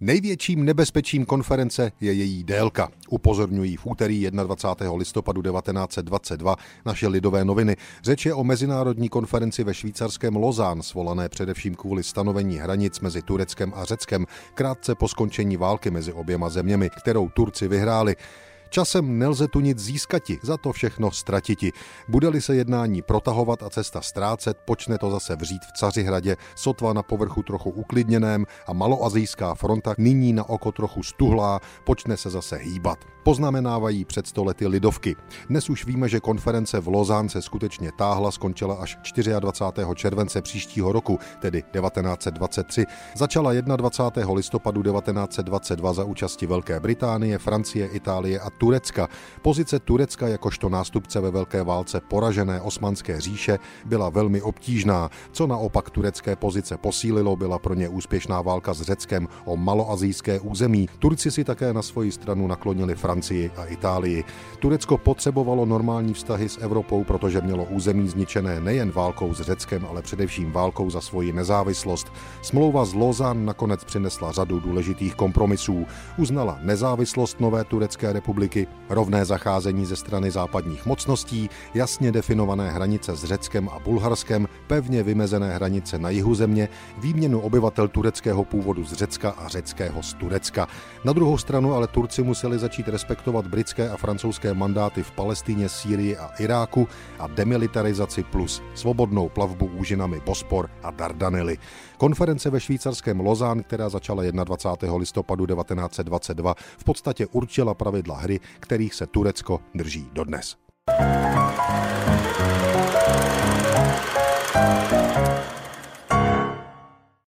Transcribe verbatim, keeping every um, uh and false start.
Největším nebezpečím konference je její délka. Upozorňují v úterý dvacátého prvního listopadu devatenáct set dvacet dva naše Lidové noviny. Řeč je o mezinárodní konferenci ve švýcarském Lausanne, svolané především kvůli stanovení hranic mezi Tureckem a Řeckem, krátce po skončení války mezi oběma zeměmi, kterou Turci vyhráli. Časem nelze tu nic získati, za to všechno ztratiti. Bude-li se jednání protahovat a cesta ztrácet, počne to zase vřít v Cařihradě, sotva na povrchu trochu uklidněném, a maloasijská fronta, nyní na oko trochu stuhlá, počne se zase hýbat. Poznamenávají před sto lety Lidovky. Dnes už víme, že konference v Lausanne se skutečně táhla, skončila až dvacátého čtvrtého července příštího roku, tedy devatenáct set dvacet tři. Začala dvacátého prvního listopadu devatenáct set dvacet dva za účasti Velké Británie, Francie, Itálie a Turecka. Pozice Turecka jakožto nástupce ve velké válce poražené Osmanské říše byla velmi obtížná. Co naopak turecké pozice posílilo, byla pro ně úspěšná válka s Řeckem o maloasijské území. Turci si také na svoji stranu naklonili Francii a Itálii. Turecko potřebovalo normální vztahy s Evropou, protože mělo území zničené nejen válkou s Řeckem, ale především válkou za svoji nezávislost. Smlouva z Lausanne nakonec přinesla řadu důležitých kompromisů. Uznala nezávislost nové turecké republiky, rovné zacházení ze strany západních mocností, jasně definované hranice s Řeckem a Bulharskem, pevně vymezené hranice na jihu země, výměnu obyvatel tureckého původu z Řecka a řeckého z Turecka. Na druhou stranu ale Turci museli začít respektovat britské a francouzské mandáty v Palestině, Sýrii a Iráku a demilitarizaci plus svobodnou plavbu úžinami Bospor a Dardanely. Konference ve švýcarském Lausanne, která začala dvacátého prvního listopadu devatenáct set dvacet dva, v podstatě určila pravidla hry, kterých se Turecko drží dodnes.